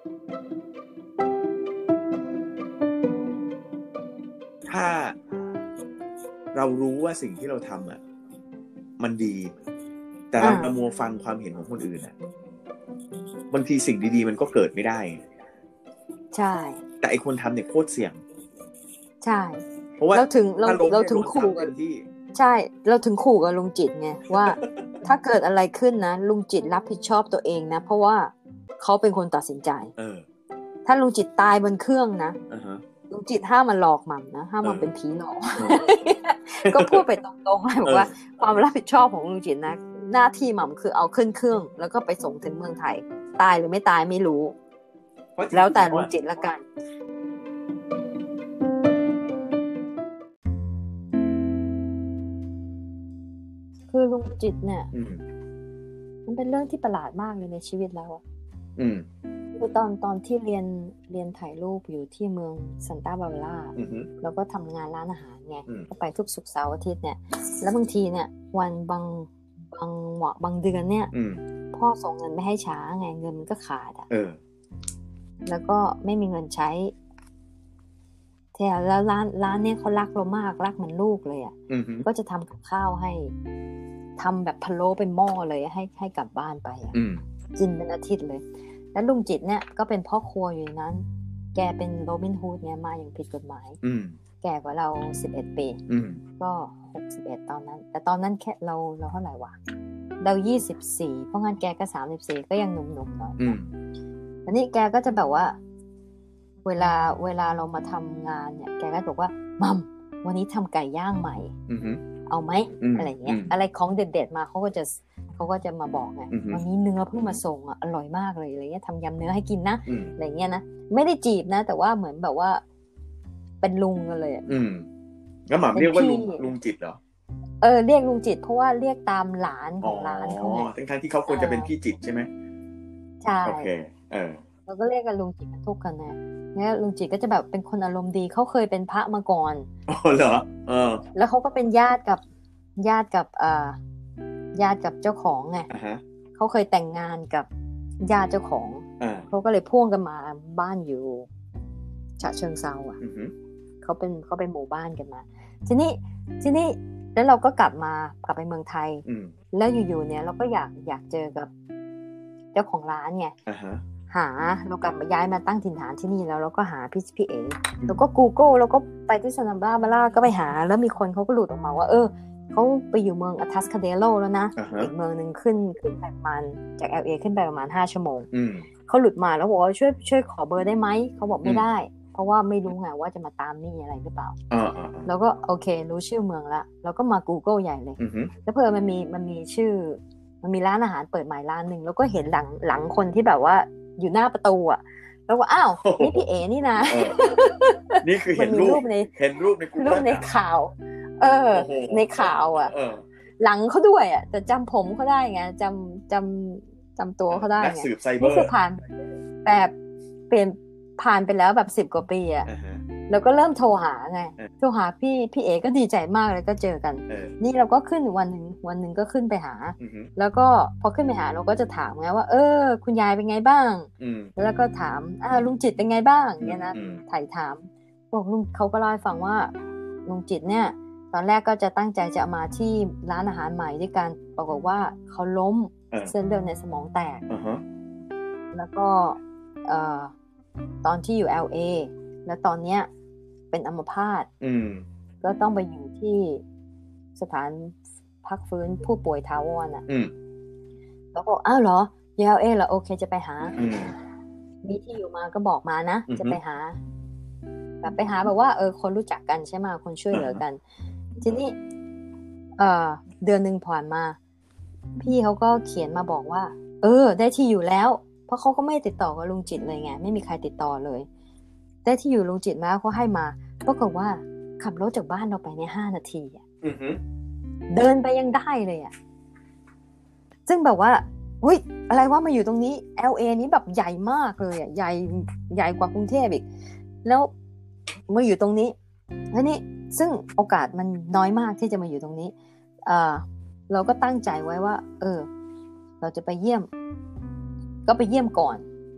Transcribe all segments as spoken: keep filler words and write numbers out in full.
ถ้าเรารู้ว่าสิ่งที่เราทำอ่ะมันดีแต่เราละมัวฟังความเห็นของคนอื่นอ่ะบางทีสิ่งดีๆมันก็เกิดไม่ได้ใช่แต่ไอคนทำเนี่ยโคตรเสี่ยงใช่เพราะว่าเราถึงเราเราถึงขู่กันที่ใช่เราถึงขู่กับลุงจิตไงว่าถ้าเกิดอะไรขึ้นนะลุงจิตรับผิดชอบตัวเองนะเพราะว่าเขาเป็นคนตัดสินใจเออถ้าลุงจิตตายบนเครื่องนะ uh-huh. ลุงจิตห้ามมันหลอกมันนะห้ามมันเป็นผีหลอก ก็พูดไปตรงๆเลยบอกว่าความรับผิดชอบของลุงจิตนะหน้าที่หม่ำคือเอาขึ้นเครื่องแล้วก็ไปส่งถึงเมืองไทยตายหรือไม่ตายไม่รู้แล้วแต่ลุงจิตละกันคือลุงจิตเนี่ยมันเป็นเรื่องที่ประหลาดมากเลยในชีวิตเราอ่ะคือตอนตอนที่เรียนเรียนถ่ายรูปอยู่ที่เมืองซันตาบาร์บาร่าแล้วก็ทำงานร้านอาหารไงก็ไปทุกศุกร์เสาร์อาทิตย์เนี่ยแล้วบางทีเนี่ยวันบางบางวะบางเดือนเนี่ยพ่อส่งเงินไม่ให้ช้าไงเงินมันก็ขาดอ่ะแล้วก็ไม่มีเงินใช้แต่แล้วร้านร้านเนี่ยเขารักเรามากรักเหมือนลูกเลยอ่ะก็จะทำกับข้าวให้ทำแบบพะโล้เป็นหม้อเลยให้ให้กลับบ้านไปอ่ะกินเป็นอาทิตย์เลยแล้วลุงจิตเนี่ยก็เป็นพ่อครัวอยู่นั้นแกเป็นโรบินฮูดเนี่ยมาอย่างผิดกฎหมายแก่กว่าเราสิบเอ็ดปีก็หกสิบเอ็ดตอนนั้นแต่ตอนนั้นแค่เราเราเท่าไหร่วะเรายี่สิบสี่เพราะงั้นแกก็สามสิบสี่ก็ยังหนุ่มๆหน่อยอันนี้แกก็จะแบบว่าเวลาเวลาเรามาทำงานเนี่ยแกก็บอกว่ามัมวันนี้ทำไก่ย่างใหม่เอาไหมอะไรเงี้ยอะไรของเด็ดๆมาเขาก็จะเขาก็จะมาบอกไงวันนี้เนื้อเพิ่งมาส่งอ่ะอร่อยมากเลยอะไรเงี้ยทำยำเนื้อให้กินนะอะไรเงี้ยนะไม่ได้จีบนะแต่ว่าเหมือนแบบว่าเป็นลุงกันเลยอืมแล้วหม่ำเรียกว่าลุงลุงจิตเหรอเออเรียกลุงจิตเพราะว่าเรียกตามหลานของร้านเขาไงทั้งๆที่เขาควรจะเป็นพี่จิตใช่ไหมใช่โอเคเออเราก็เรียกกันลุงจิตกันทุกกันนะเนี่ยลุงจิตก็จะแบบเป็นคนอารมณ์ดีเขาเคยเป็นพระมาก่อนอ๋อเหรอเออแล้วเขาก็เป็นญาติกับญาติกับอ่าญาติกับเจ้าของไง uh-huh. เขาเคยแต่งงานกับญาติเจ้าของ uh-huh. เขาก็เลยพ่วงกันมาบ้านอยู่ฉะเชิงเทราอ่ะ uh-huh. เขาเป็นเขาเป็นหมู่บ้านกันมาทีนี้ทีนี้แล้วเราก็กลับมากลับไปเมืองไทย uh-huh. แล้วอยู่ๆเนี่ยเราก็อยากอยากเจอกับเจ้าของร้านไง uh-huh. หาเรากลับมาย้ายมาตั้งถิ่นฐานที่นี่แล้วเราก็หาพี่พี่เอ๋ uh-huh. แล้วก็ Google แล้วก็ไปที่ซันตาบาร์บาร่าก็ไปหาแล้วมีคนเขาก็หลุดออกมาว่าเออเขาไปอยู่เมืองอัทัสคาเดโลแล้วนะ uh-huh. อีกเมืองนึงขึ้นขึ้นไปประมาณจาก แอล เอ ขึ้นไปประมาณห้าชั่วโมง uh-huh. เขาหลุดมาแล้วบอกว่าช่วยช่วยขอเบอร์ได้ไหมเขาบอกไม่ได้ uh-huh. เพราะว่าไม่รู้ไงว่าจะมาตามนี่อะไรหรือเปล่า uh-huh. แล้วก็โอเครู้ชื่อเมืองละแล้วก็มา Google ใหญ่เลย uh-huh. แล้วเพิ่มมันมีมันมีชื่อมันมีร้านอาหารเปิดใหม่ร้านนึงแล้วก็เห็นหลังหลังคนที่แบบว่าอยู่หน้าประตูอ่ะแล้วว่าอ้าวนี่พี่เอ๋นี่นะนี่คือเห็นรูปในเห็นรูปในรูปในข่าวเออในข่าวอ่ะหลังเขาด้วยอ่ะแต่จำผมเขาได้ไงจำจำจำตัวเขาได้ไงนี่คือผ่านแบบเปลี่ยนผ่านไปแล้วแบบสิบกว่าปีอ่ะแล้วก็เริ่มโทรหาไงโทรหาพี่พี่เอก็ดีใจมากเลยก็เจอกันนี่เราก็ขึ้นวันหนึ่งวันหนึ่งก็ขึ้นไปหาแล้วก็พอขึ้นไปหาเราก็จะถามไงว่าเออคุณยายเป็นไงบ้างแล้วก็ถามอ่าลุงจิตเป็นไงบ้างเนี่ยนะถ่ายถามบอกลุงเขาก็เล่าให้ฟังว่าลุงจิตเนี่ยตอนแรกก็จะตั้งใจจะมาที่ร้านอาหารใหม่ด้วยกันปรากฏว่าเขาล้มเส้นเลือดในสมองแตก uh-huh. แล้วก็เอ่อตอนที่อยู่ แอล เอ แล้วตอนเนี้ยเป็นอัมพาตก็ต้องไปอยู่ที่สถานพักฟื้นผู้ป่วยถาวรอ่ะแล้วก็อ้าวเหรอ แอล เอ เหรอโอเคจะไปหามีที่อยู่มาก็บอกมานะจะไปหาแบบไปหาแบบว่าเออคนรู้จักกันใช่ไหมคนช่วยเหลือกันทีนี้เอ่อเดือนนึงผ่านมาพี่เขาก็เขียนมาบอกว่าเออได้ที่อยู่แล้วเพราะเขาก็ไม่ติดต่อกับลุงจิตเลยไงไม่มีใครติดต่อเลยได้ที่อยู่ลุงจิตมาเขาให้มาปรากฏว่าขับรถจากบ้านเราไปในห้านาทีอ่ะเดินไปยังได้เลยอ่ะซึ่งแบบว่าอุ้ยอะไรว่ามาอยู่ตรงนี้ แอล เอ นี้แบบใหญ่มากเลยอ่ะใหญ่ใหญ่กว่ากรุงเทพอีกแล้วมาอยู่ตรงนี้แล้วนี่ซึ่งโอกาสมันน้อยมากที่จะมาอยู่ตรงนี้เอ่อเราก็ตั้งใจไว้ว่าเออเราจะไปเยี่ยมก็ไปเยี่ยมก่อน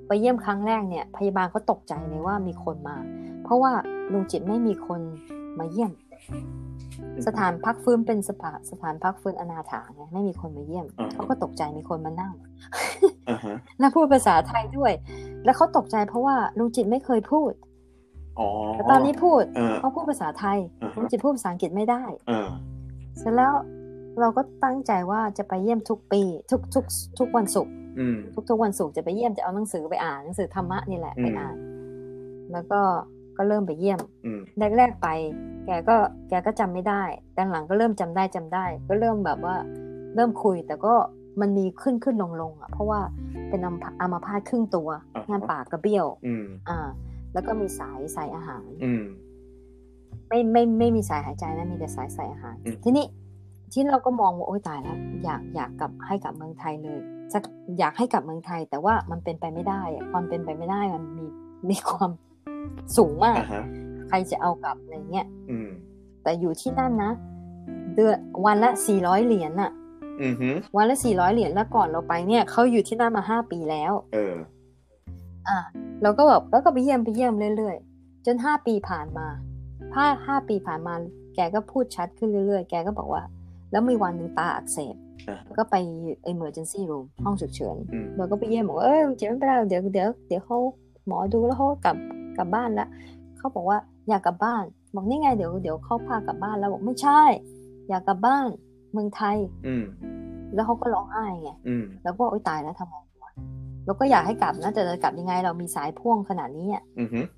ไปเยี่ยมครั้งแรกเนี่ยพยาบาลก็ตกใจเลยว่ามีคนมาเพราะว่าลุงจิตไม่มีคนมาเยี่ยมสถานพักฟื้นเป็นสถานสถานพักฟื้นอนาถาไงไม่มีคนมาเยี่ยม uh-huh. เขาก็ตกใจมีคนมานั่ง uh-huh. แล้วพูดภาษาไทยด้วยแล้วเขาตกใจเพราะว่าลุงจิตไม่เคยพูดอ๋อแต่ตอนนี้พูด uh-huh. เขาพูดภาษาไทย uh-huh. ลุงจิตพูดภาษาอังกฤษไม่ได้ uh-huh. เสร็จแล้วเราก็ตั้งใจว่าจะไปเยี่ยมทุกปีทุกทุกทุกวันศุกร์ทุกทุกวันศุกร์จะไปเยี่ยมจะเอาหนังสือไปอ่านหนังสือธรรมะนี่แหละไปอ่านแล้วก็ก็เริ่มไปเยี่ยมแรกๆไปแกก็แกก็จำไม่ได้แต่หลังก็เริ่มจำได้จำได้ก็เริ่มแบบว่าเริ่มคุยแต่ก็มันมีขึ้นขึ้นลงลงอ่ะเพราะว่าเป็นอัมพาตครึ่งตัวงานปากกระเบี้ยวอ่าแล้วก็มีสายใส่อาหารไม่ไม่ไม่มีสายหายใจนะมีแต่สายใส่อาหารทีนี้ที่เราก็มองว่าโอ๊ยตายแล้วอยากอยากกลับให้กลับเมืองไทยเลยสักอยากให้กลับเมืองไทยแต่ว่ามันเป็นไปไม่ได้ความเป็นไปไม่ได้มันมีมีความสูงมาก uh-huh. ใครจะเอากลับอะไรเงี้ยแต่อยู่ที่นั่นนะเดือนวันละสี่ร้อยเหรียญน่ะ uh-huh. วันละสี่ร้อยเหรียญแล้วก่อนเราไปเนี่ยเขาอยู่ที่นั่นมาห้าปีแล้วเอออ่ะเราก็แบบแล้วก็ไปเยี่ยมไปเยี่ยมเรื่อยๆจนห้าปีผ่านมาห้าห้าปีผ่านมาแกก็พูดชัดขึ้นเรื่อยๆแกก็บอกว่าแล้วมีวันนึงตาอักเสบ uh-huh. ก็ไป emergency room ห้องฉุกเฉิน uh-huh. เราก็ไปเยี่ยมบอกเอ้ยเจ็บไม่เป็นไรเดี๋ยวเดี๋ยวเดี๋ยวเขาหมอดูแล้วเขากลับกลับบ้านแล้วเขาบอกว่าอยากกลับบ้านบอกนี่ไงเดี๋ยวเดี๋ยวเขาพากลับบ้านแล้วบอกไม่ใช่อยากกลับบ้านเมืองไทยแล้วเขาก็ร้องไห้ไงแล้วก็โอ๊ยตายแล้วทำไงวะเราก็อยากให้กลับนะแต่จะกลับยังไงเรามีสายพ่วงขนาดนี้อ่ะ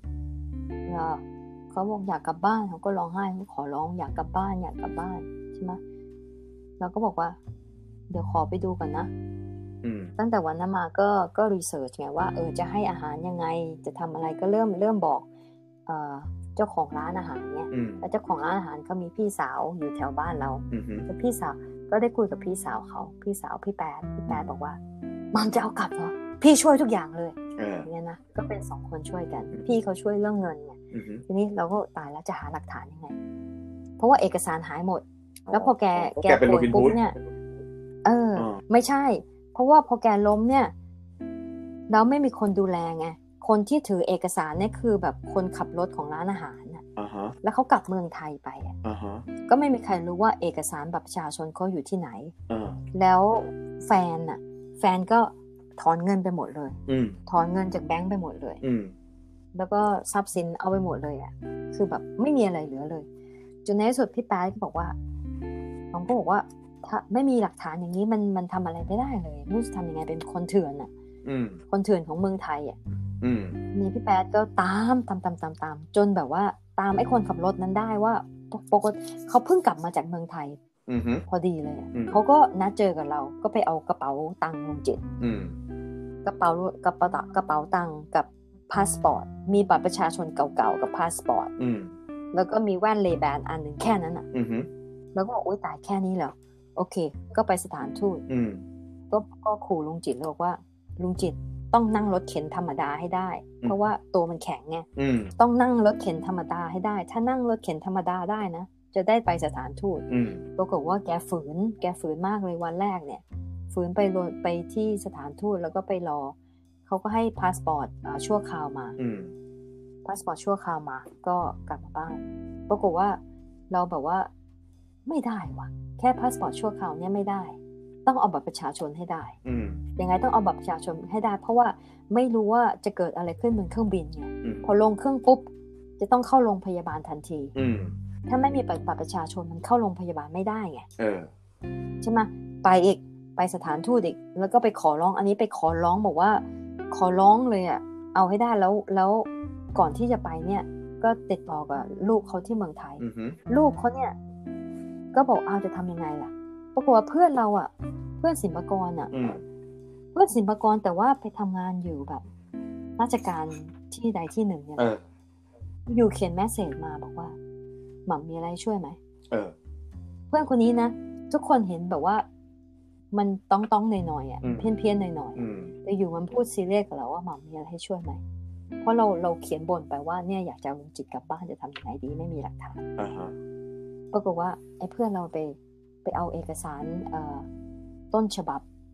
เขาบอกอยากกลับบ้านเขาก็ร้องไห้เขาขอร้องอยากกลับบ้านอยากกลับบ้านใช่ไหมเราก็บอกว่าเดี๋ยวขอไปดูก่อนนะตั้งแต่วันนั้นมาก็ก็รีเสิร์ชไงว่าเออจะให้อาหารยังไงจะทำอะไรก็เริ่มเริ่มบอกเอ่อเจ้าของร้านอาหารเนี่ยแล้วเจ้าของร้านอาหารเขามีพี่สาวอยู่แถวบ้านเราแล้วพี่สาวก็ได้คุยกับพี่สาวเขาพี่สาวพี่แปดพี่แปดบอกว่ามัมจะเอากลับเหรอพี่ช่วยทุกอย่างเลยอย่างเงี้ยนะก็เป็นสองคนช่วยกันพี่เขาช่วยเรื่องเงินไงทีนี้เราก็ตายแล้วจะหาหลักฐานยังไงเพราะว่าเอกสารหายหมดแล้วพอแกแกป่วยปุ๊บเนี่ยเออไม่ใช่เพราะว่าพอแกล้มเนี่ยแล้วไม่มีคนดูแลไงคนที่ถือเอกสารเนี่ยคือแบบคนขับรถของร้านอาหารน่ะ uh-huh. แล้วเขากลับเมืองไทยไปอ่ะ uh-huh. ก็ไม่มีใครรู้ว่าเอกสารบัตรประชาชนเขาอยู่ที่ไหน uh-huh. แล้วแฟนน่ะแฟนก็ถอนเงินไปหมดเลย uh-huh. ถอนเงินจากแบงค์ไปหมดเลย uh-huh. แล้วก็ทรัพย์สินเอาไปหมดเลยอ่ะคือแบบไม่มีอะไรเหลือเลยจนในที่สุดพี่แป๊ดก็บอกว่าผมก็บอกว่าถ้าไม่มีหลักฐานอย่างนี้มันมันทำอะไรไม่ได้เลยไม่รู้จะทำยังไงเป็นคนเถื่อนอ่ะคนเถื่อนของเมืองไทยอ่ะนี่พี่แป๊ดก็ตามตามตามตามตามจนแบบว่าตามไอ้คนขับรถนั้นได้ว่าปกติเขาเพิ่งกลับมาจากเมืองไทยพอดีเลยเขาก็นัดเจอกับเราก็ไปเอากระเป๋าตังค์ลุงจิตกระเป๋ากระเป๋ากระเป๋าตังค์กับพาสปอร์ตมีบัตรประชาชนเก่าๆกับพาสปอร์ตแล้วก็มีแว่นเลแบนอันหนึ่งแค่นั้นอ่ะแล้วก็บอกโอ๊ยตายแค่นี้เหรอโอเคก็ไปสถานทูตก็ก็ขู่ลุงจิตบอกว่าลุงจิตต้องนั่งรถเข็นธรรมดาให้ได้เพราะว่าตัวมันแข็งไงต้องนั่งรถเข็นธรรมดาให้ได้ถ้านั่งรถเข็นธรรมดาได้นะจะได้ไปสถานทูตปรากฏว่าแกฝืนแกฝืนมากเลยวันแรกเนี่ยฝืนไปไปที่สถานทูตแล้วก็ไปรอเขาก็ให้พาสปอร์ตชั่วคราวมาพาสปอร์ตชั่วคราวมาก็กลับมาบ้านปรากฏว่าเราแบบว่าไม่ได้ว่ะแค่พาสปอร์ตชั่วคราวเนี่ยไม่ได้ต้องเอาบัตรประชาชนให้ได้ยังไงต้องเอาบัตรประชาชนให้ได้เพราะว่าไม่รู้ว่าจะเกิดอะไรขึ้นบนเครื่องบินไงพอลงเครื่องปุ๊บจะต้องเข้าโรงพยาบาลทันทีถ้าไม่มีบัตรประชาชนมันเข้าโรงพยาบาลไม่ได้ไงใช่ไหมไปอีกไปสถานทูตอีกแล้วก็ไปขอร้องอันนี้ไปขอร้องบอกว่าขอร้องเลยอ่ะเอาให้ได้แล้วแล้วก่อนที่จะไปเนี่ยก็ติดต่อกับลูกเขาที่เมืองไทยลูกเขาเนี่ยก็บอกเอาจะทำยังไงล่ะปรากฏว่าเพื่อนเราอ่ะเพื่อนศิลปากรอ่ะเพื่อนศิลปากรแต่ว่าไปทำงานอยู่แบบราชการที่ใดที่หนึ่งเนี่ยอยู่เขียนแมสเสจมาบอกว่าหม่ำมีอะไรช่วยไหมเพื่อนคนนี้นะทุกคนเห็นแบบว่ามันต้องต้องหน่อยๆอ่ะเพี้ยนเพี้ยนหน่อยๆแต่อยู่มันพูดซีเรียสกับเราว่าหม่ำมีอะไรให้ช่วยไหมเพราะเราเราเขียนบ่นไปว่าเนี่ยอยากจะเอาลุงจิตกลับบ้านจะทำยังไงดีไม่มีหลักฐานปรากฏว่าไอ้เพื่อนเราไปไปเอาเอกสารต้นฉบับ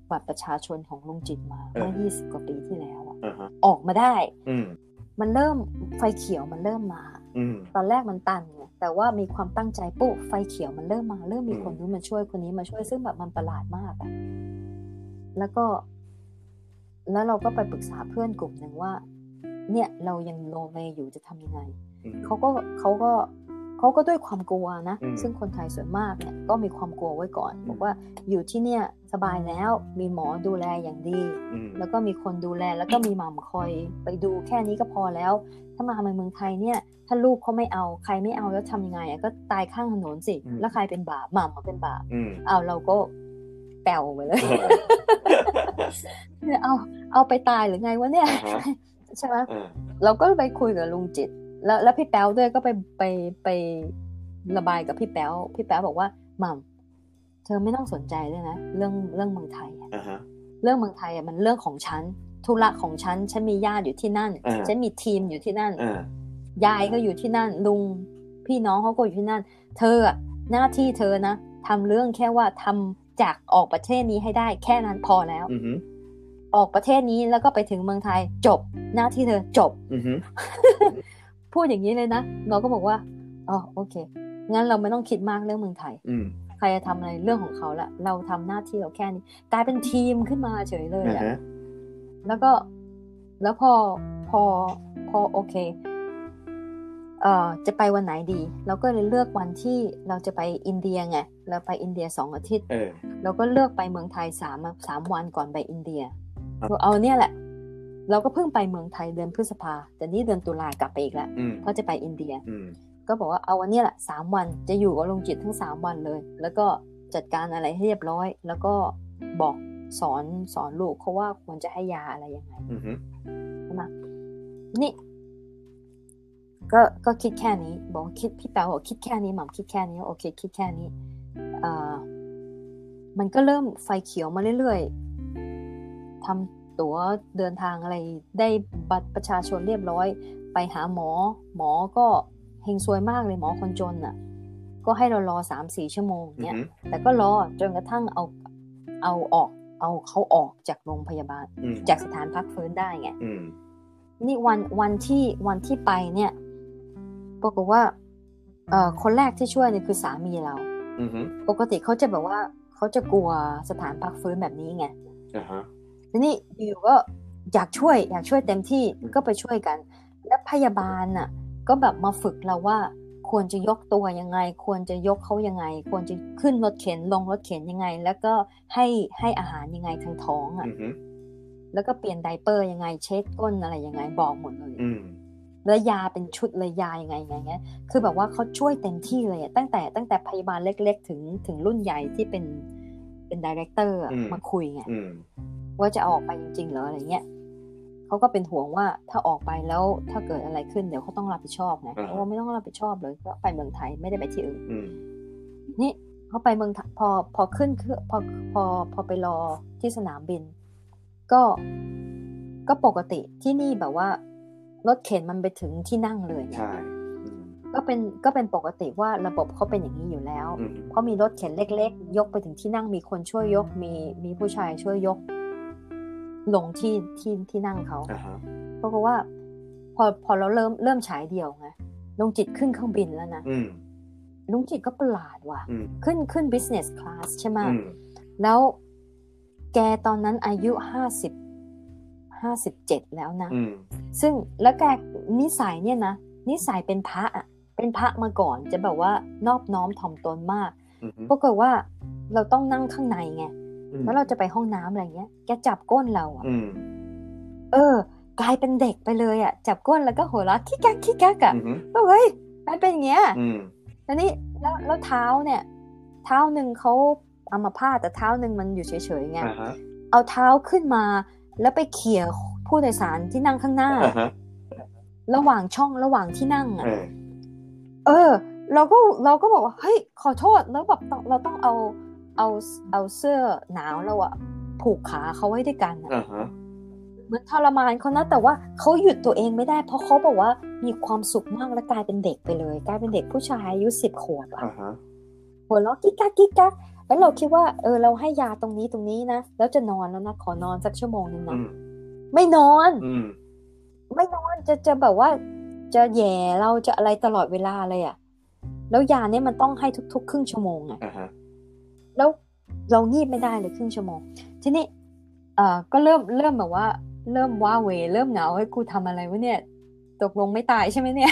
บัตรประชาชนของลุงจิตมาเมื่อยี่สิบกว่าปีที่แล้วอ่ะ uh-huh. ออกมาได้มันเริ่มไฟเขียวมันเริ่มมาตอนแรกมันตันไงแต่ว่ามีความตั้งใจปุ๊บไฟเขียวมันเริ่มมาเริ่มมีคนนู้นมาช่วยคนนี้มาช่วยซึ่งแบบมันประหลาดมากอ่ะแล้วก็แล้วเราก็ไปปรึกษาเพื่อนกลุ่มหนึ่งว่าเนี่ยเรายังโลเลอยู่จะทำยังไงเขาก็เขาก็เขาก็ด้วยความกลัวนะซึ่งคนไทยส่วนมากเนี่ยก็มีความกลัวไว้ก่อนบอกว่าอยู่ที่เนี่ยสบายแล้วมีหมอดูแลอย่างดีแล้วก็มีคนดูแลแล้วก็มีหม่ำคอยไปดูแค่นี้ก็พอแล้วถ้ามาในเมืองไทยเนี่ยถ้าลูกเขาไม่เอาใครไม่เอาแล้วทำยังไงก็ตายข้างถนนสิแล้วใครเป็นบาปหม่ำมาเป็นบาปเอาเราก็แปลวไปเลยเอาเอาไปตายหรือไงวะเนี่ยใช่ไหมเราก็ไปคุยกับลุงจิตแล้วแล้วพี่แป๊วด้วยก็ไปไปไประบายกับพี่แป๊วพี่แป๊วบอกว่าหม่ำเธอไม่ต้องสนใจเลยนะเรื่องเรื่องเมืองไทย uh-huh. เรื่องเมืองไทยอ่ะมันเรื่องของฉันธุระของฉันฉันมีญาติอยู่ที่นั่น uh-huh. ฉันมีทีมอยู่ที่นั่น uh-huh. ยายก็อยู่ที่นั่นลุงพี่น้องเขาก็อยู่ที่นั่นเธออ่ะหน้าที่เธอนะทำเรื่องแค่ว่าทำจากออกประเทศนี้ให้ได้แค่นั้นพอแล้ว uh-huh.ออกประเทศนี้แล้วก็ไปถึงเมืองไทยจบหน้าที่เธอจบ uh-huh. พูดอย่างนี้เลยนะเราก็บอกว่าอ๋อโอเคงั้นเราไม่ต้องคิดมากเรื่องเมืองไทย uh-huh. ใครจะทำอะไรเรื่องของเขาละเราทำหน้าที่เราแค่นี้กลายเป็นทีมขึ้นมาเฉยเลยอ่ะ uh-huh. แล้วก็แล้วพอพอพอโอเคเอ่อจะไปวันไหนดีเราก็เลยเลือกวันที่เราจะไปอินเดียไงเราไปอินเดียสองอาทิตย์ uh-huh. เราก็เลือกไปเมืองไทยสามสามวันก่อนไปอินเดียเอาเนี่ยแหละเราก็เพิ่งไปเมืองไทยเดือนพฤษภาแต่นี่เดือนตุลากลับไปอีกแล้วเพราะจะไปอินเดียก็บอกว่าเอาวันนี้แหละสามวันจะอยู่กับลุงจิตทั้งสามวันเลยแล้วก็จัดการอะไรให้เรียบร้อยแล้วก็บอกสอนสอนลูกเขาว่าควรจะให้ยาอะไรยังไงใช่ไหมนี่ก็ก็คิดแค่นี้บอกคิดพี่แป๊วบอกคิดแค่นี้หม่ำคิดแค่นี้โอเคคิดแค่นี้อ่ามันก็เริ่มไฟเขียวมาเรื่อยๆทำตั๋วเดินทางอะไรได้บัตรประชาชนเรียบร้อยไปหาหมอหมอก็เฮงซวยมากเลยหมอคนจนน่ะก็ให้เรารอ สามสี่ ชั่วโมงเนี้ย mm-hmm. แต่ก็รอจนกระทั่งเอาเอาออกเอาเขาออกจากโรงพยาบาล mm-hmm. จากสถานพักฟื้นได้ไง mm-hmm. นี่วันวันที่วันที่ไปเนี่ยปรากฏว่าเอ่อคนแรกที่ช่วยเนี่ยคือสามีเรา mm-hmm. ปกติเขาจะแบบว่าเขาจะกลัวสถานพักฟื้นแบบนี้ไง uh-huh. ทีนี้อยู่ก็อยากช่วยอยากช่วยเต็มที่ mm-hmm. ก็ไปช่วยกันแล้วพยาบาลน่ะก็แบบมาฝึกเราว่าควรจะยกตัวยังไงควรจะยกเขายังไงควรจะขึ้นรถเข็นลงรถเข็นยังไงแล้วก็ให้ให้อาหารยังไงทางท้องอ่ะ mm-hmm. แล้วก็เปลี่ยนไดเปอร์ยังไงเช็ดก้นอะไรยังไงบอกหมดเลย mm-hmm. แล้วยาเป็นชุดเลยยายังไงอย่างเงี้ยคือแบบว่าเขาช่วยเต็มที่เลยตั้งแต่ตั้งแต่พยาบาลเล็กๆถึงถึงรุ่นใหญ่ที่เป็นเป็นไดเรคเตอร์ mm-hmm. มาคุยไง mm-hmm. ว่าจะออกไปจริงๆเหรออะไรเงี้ยเขาก็เป็นห่วงว่าถ้าออกไปแล้วถ้าเกิดอะไรขึ้นเดี๋ยวเขาต้องรับผิดชอบไงเพราะว่าไม่ต้องรับผิดชอบเลยก็ไปเมืองไทยไม่ได้ไปที่อื่นนี่เขาไปเมืองพอพอขึ้นคือพอพอพอไปรอที่สนามบินก็ก็ปกติที่นี่แบบว่ารถเข็นมันไปถึงที่นั่งเลยใช่ก็เป็นก็เป็นปกติว่าระบบเขาเป็นอย่างนี้อยู่แล้วเพราะมีรถเข็นเล็กๆยกไปถึงที่นั่งมีคนช่วยยกมีมีผู้ชายช่วยยกลงที่ที่ที่นั่งเขา uh-huh. เพราะว่าพอพอเราเริ่มเริ่มฉายเดี่ยวไงลุงจิตขึ้นเครื่องบินแล้วนะลุงจิตก็ประหลาดว่ะขึ้นขึ้น business class ใช่ไหมแล้วแกตอนนั้นอายุห้าสิบ ห้าสิบเจ็ดแล้วนะซึ่งแล้วแกนิสัยเนี่ยนะนิสัยเป็นพระอ่ะเป็นพระมาก่อนจะแบบว่านอบน้อมถ่อมตนมากปรากฏว่าเราต้องนั่งข้างในไงแล้วเราจะไปห้องน้ำอะไรเงี้ยแกจับก้นเราอ่ะเออกลายเป็นเด็กไปเลยอ่ะจับก้นแล้วก็หัวเราะคิกกักคิกกักอ่ะเฮ้ยมันเป็นอย่างเงี้ยแล้วนี่แล้วแล้วเท้าเนี่ยเท้านึงเขาอัมพาตแต่เท้านึงมันอยู่เฉยๆไงเอาเท้าขึ้นมาแล้วไปเขี่ยผู้โดยสารที่นั่งข้างหน้าระหว่างช่องระหว่างที่นั่งอ่ะเออเราก็เราก็บอกว่าเฮ้ยขอโทษแล้วแบบเราต้องเอาเอาเอาเสื้อหนาวแล้วอะผูกขาเขาไว้ด้วยกันอะ uh-huh. เหมือนทรมานเขานะแต่ว่าเขาหยุดตัวเองไม่ได้เพราะเขาบอกว่ามีความสุขมากและกลายเป็นเด็กไปเลยกลายเป็นเด็กผู้ชายอายุสิบขวบอะ uh-huh. หัวเราะกิ๊กกักกิ๊กกักแล้วเราคิดว่าเออเราให้ยาตรงนี้ตรงนี้นะแล้วจะนอนแล้วนะขอนอนสักชั่วโมงนึงนะไม่นอนไม่นอนจะจะแบบว่าจะแย่เราจะอะไรตลอดเวลาเลยอ่ะแล้วยาเนี่ยมันต้องให้ทุกๆครึ่งชั่วโมงอ่ะ uh-huh. แล้วเรางีบไม่ได้เลยครึ่งชั่วโมงทีนี้เอ่อก็เริ่มเริ่มแบบว่าเริ่มว้าเหวเริ่มเหงาให้กูทำอะไรวะเนี่ยตกลงไม่ตายใช่ไหมเนี่ย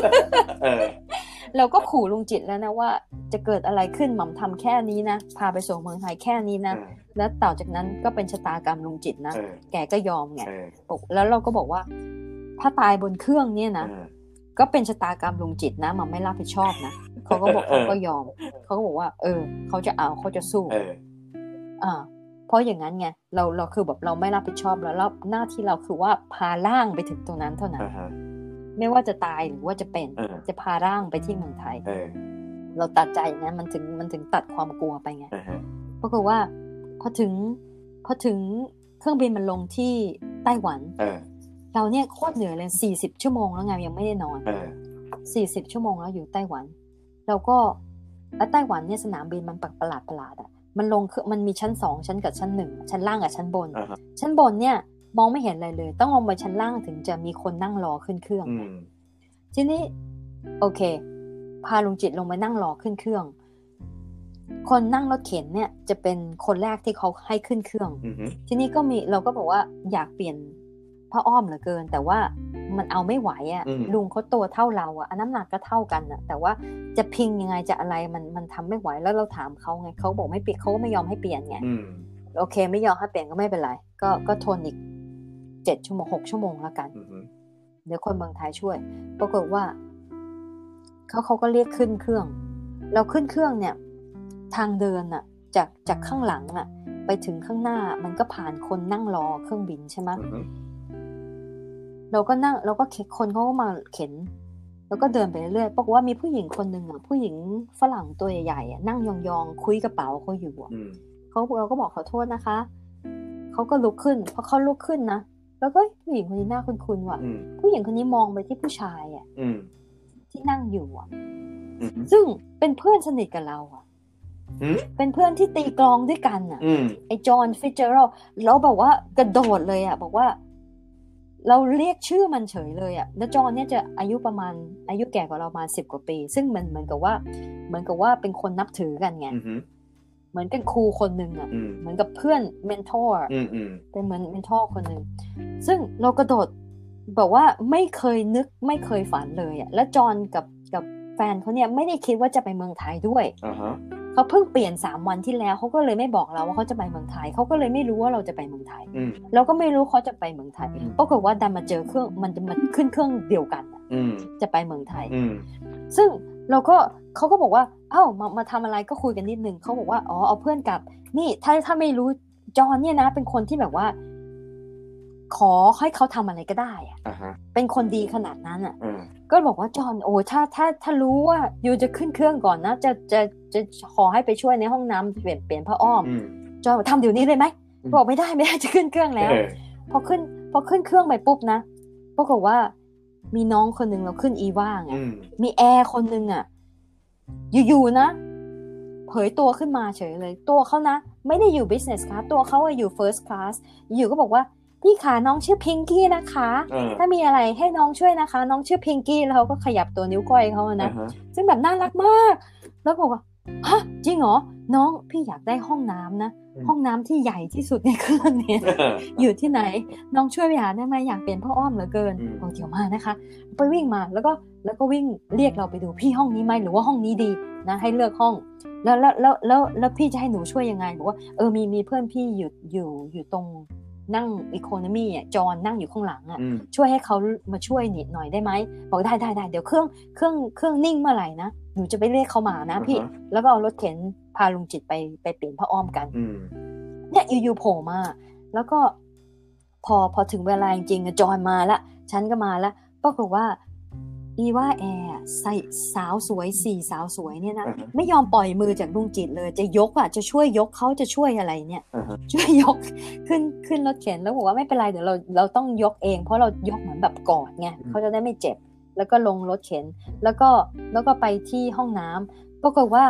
เราก็ขู่ลุงจิตแล้วนะว่าจะเกิดอะไรขึ้นหม่ำทำแค่นี้นะพาไปส่งเมืองไทยแค่นี้นะแล้วต่อจากนั้นก็เป็นชะตากรรมลุงจิตนะแกก็ยอมไงแล้วเราก็บอกว่าถ้าตายบนเครื่องเนี่ยนะก็เป็นชะตากรรมลุงจิตนะมันไม่รับผิดชอบนะเขาก็บอกเขาก็ยอมเขาก็บอกว่าเออเขาจะเอาเขาจะสู้อ่าเพราะอย่างนั้นไงเราเราคือแบบเราไม่รับผิดชอบแล้วแล้วหน้าที่เราคือว่าพาร่างไปถึงตรงนั้นเท่านั้น uh-huh. ไม่ว่าจะตายหรือว่าจะเป็น uh-huh. จะพาร่างไปที่เมืองไทย uh-huh. เราตัดใจนะมันถึงมันถึงตัดความกลัวไปไง uh-huh. เพราะว่าพอถึงพอถึงเครื่องบินมันลงที่ไต้หวัน uh-huh. เราเนี่ยโคตรเหนื่อยเลยสี่สิบชั่วโมงแล้วไงยังไม่ได้นอน uh-huh. สี่สิบชั่วโมงแล้วอยู่ไต้หวันเราก็แล้วไต้หวันเนี่ยสนามบินมันประหลาดประหลาดอ่ะมันลงคือมันมีชั้นสองชั้นกับชั้นหนึ่งชั้นล่างกับชั้นบน uh-huh. ชั้นบนเนี่ยมองไม่เห็นอะไรเลยต้องลงไปชั้นล่างถึงจะมีคนนั่งรอขึ้นเครื่อง mm. ทีนี้โอเคพาลุงจิตลงไปนั่งรอขึ้นเครื่องคนนั่งรถเข็นเนี่ยจะเป็นคนแรกที่เขาให้ขึ้นเครื่อง uh-huh. ทีนี้ก็มีเราก็บอกว่าอยากเปลี่ยนผ้าอ้อมเหลือเกินแต่ว่ามันเอาไม่ไหวอ่ะ mm. ลุงเขาตัวเท่าเราอ่ะน้ำหนักก็เท่ากันอ่ะแต่ว่าจะพิงยังไงจะอะไรมันมันทำไม่ไหวแล้วเราถามเขาไงเขาบอกไม่เปลี่ยนเขาก็ไม่ยอมให้เปลี่ยนไง mm. โอเคไม่ยอมให้เปลี่ยนก็ไม่เป็นไรก็ก็ทนอีกเจ็ดชั่วโมงหกชั่วโมงแล้วกัน mm-hmm. เดี๋ยวคนเมืองไทยช่วยปรากฏว่าเขาเขาก็เรียกขึ้นเครื่องเราขึ้นเครื่องเนี่ยทางเดินอ่ะจากจากข้างหลังอ่ะไปถึงข้างหน้ามันก็ผ่านคนนั่งรอเครื่องบินใช่ไหม mm-hmm. เราก็นั่งเราก็คนเขาก็มาเข็นแล้วก็เดินไปเรื่อยๆปรากฏว่ามีผู้หญิงคนนึงอ่ะผู้หญิงฝรั่งตัวใหญ่ๆนั่งยองๆคุยกระเป๋าเขาอยู่อ่ะ mm. เขาเราก็บอกขอโทษนะคะเขาก็ลุกขึ้นพอเขาลุกขึ้นนะแล้วก็ผู้หญิงคนนี้หน้าคุ้นๆว่ะ mm. ผู้หญิงคนนี้มองไปที่ผู้ชายอ่ะ mm. ที่นั่งอยู่อ่ะ mm-hmm. ซึ่งเป็นเพื่อนสนิทกับเราอ่ะ mm? เป็นเพื่อนที่ตีกลองด้วยกันอ่ะ mm. ไอ้จอห์นฟิตเจอรัลด์เราบอกว่ากระโดดเลยอ่ะบอกว่าเราเรียกชื่อมันเฉยเลยอ่ะแล้วจอห์นเนี่ยจะอายุประมาณอายุแก่กว่าเราประมาณสิบกว่าปีซึ่งมันเหมือนกับว่าเหมือนกับว่าเป็นคนนับถือกันไง mm-hmm.เหมือนเป็นครูคนหนึ่งอ่ะเหมือนกับเพื่อนเมนทอร์เป็นเหมือนเมนทอร์คนหนึ่งซึ่งเรากระโดดบอกว่าไม่เคยนึกไม่เคยฝันเลยอ่ะแล้วจอห์นกับกับแฟนเขาเนี่ยไม่ได้คิดว่าจะไปเมืองไทยด้วย uh-huh. เขาเพิ่งเปลี่ยนสามวันที่แล้วเขาก็เลยไม่บอกเราว่าเขาจะไปเมืองไทยเขาก็เลยไม่รู้ว่าเราจะไปเมืองไทยเราก็ไม่รู้เขาจะไปเมืองไทยปรากฏว่าดันมาเจอเครื่องมันมันขึ้นเครื่องเดียวกันจะไปเมืองไทยซึ่งเราก็เขาก็บอกว่าเอ้ามามาทำอะไรก็คุยกันนิดนึงเขาบอกว่าอ๋อเอาเพื่อนกลับนี่ถ้าถ้าไม่รู้จอห์นเนี่ยนะเป็นคนที่แบบว่าขอให้เขาทำอะไรก็ได้อะ uh-huh. เป็นคนดีขนาดนั้นอ่ะ uh-huh. ก็บอกว่าจอห์นโอ้ถ้าถ้าถ้ารู้ว่ายูจะขึ้นเครื่องก่อนนะจะจะจะขอให้ไปช่วยในห้องน้ำเปลี่ยนเปลี่ยนผ้าอ้อม uh-huh. จอห์นทำเดี๋ยวนี้เลยไหม uh-huh. บอกไม่ได้ไม่ได้จะขึ้นเครื่องแล้ว uh-huh. พอขึ้นพอขึ้นเครื่องไปปุ๊บนะปรากฏว่ามีน้องคนนึงเราขึ้นอีว่างอ่ะ uh-huh. มีแอร์คนนึงอ่ะอยู่ๆนะเผยตัวขึ้นมาเฉยเลยตัวเขานะไม่ได้อยู่ business class ตัวเขาอยู่ first class อยู่ก็บอกว่าพี่ขาน้องชื่อพิงกี้นะคะถ้ามีอะไรให้น้องช่วยนะคะน้องชื่อพิงกี้แล้วเขาก็ขยับตัวนิ้วก้อยเขานะ uh-huh. ซึ่งแบบน่ารักมากแล้วบอกว่าฮะจริงเหรอน้องพี่อยากได้ห้องน้ำนะ uh-huh. ห้องน้ำที่ใหญ่ที่สุดในเครื่องเนี่ย uh-huh. อยู่ที่ไหนน้องช่วยไปหาได้ไหมอยากเปลี่ยนผ้าอ้อมเหลือเกิน uh-huh. บอกเดี๋ยวมานะคะไปวิ่งมาแล้วก็แล้วก็วิ่งเรียกเราไปดูพี่ห้องนี้ไหมหรือว่าห้องนี้ดีนะให้เลือกห้องแล้วแล้วแล้วแล้วแล้วพี่จะให้หนูช่วยยังไงบอกว่าเออมีมีเพื่อนพี่อยู่อยู่อยู่ตรงนั่งอีโคโนมี่อ่ะจอห์นนั่งอยู่ข้างหลังอ่ะช่วยให้เขามาช่วยนิดหน่อยได้ไหมบอกได้ได้ได้เดี๋ยวเครื่องเครื่องเครื่องนิ่งเมื่อไหร่นะหนูจะไปเรียกเขามานะพี่ uh-huh. แล้วก็เอารถเข็นพาลุงจิตไปไปเปลี่ยนผ้าอ้อมกันเนี่ยอยู่ๆโผล่มาแล้วก็พอพอถึงเวลาจริงๆจอห์นมาละฉันก็มาละปรากฏว่าอีว่าแอร์ใส่สาวสวยสี่สาวสวยเนี่ยนะ uh-huh. ไม่ยอมปล่อยมือจากลุงจิตเลยจะยกอ่ะจะช่วยยกเขาจะช่วยอะไรเนี่ย uh-huh. ช่วยยกขึ้นขึ้นรถเข็นแล้วบอกว่าไม่เป็นไรเดี๋ยวเราเราต้องยกเองเพราะเรายกเหมือนแบบกอดไง uh-huh. เขาจะได้ไม่เจ็บแล้วก็ลงรถเข็นแล้วก็แล้วก็ไปที่ห้องน้ำปรากฏว่า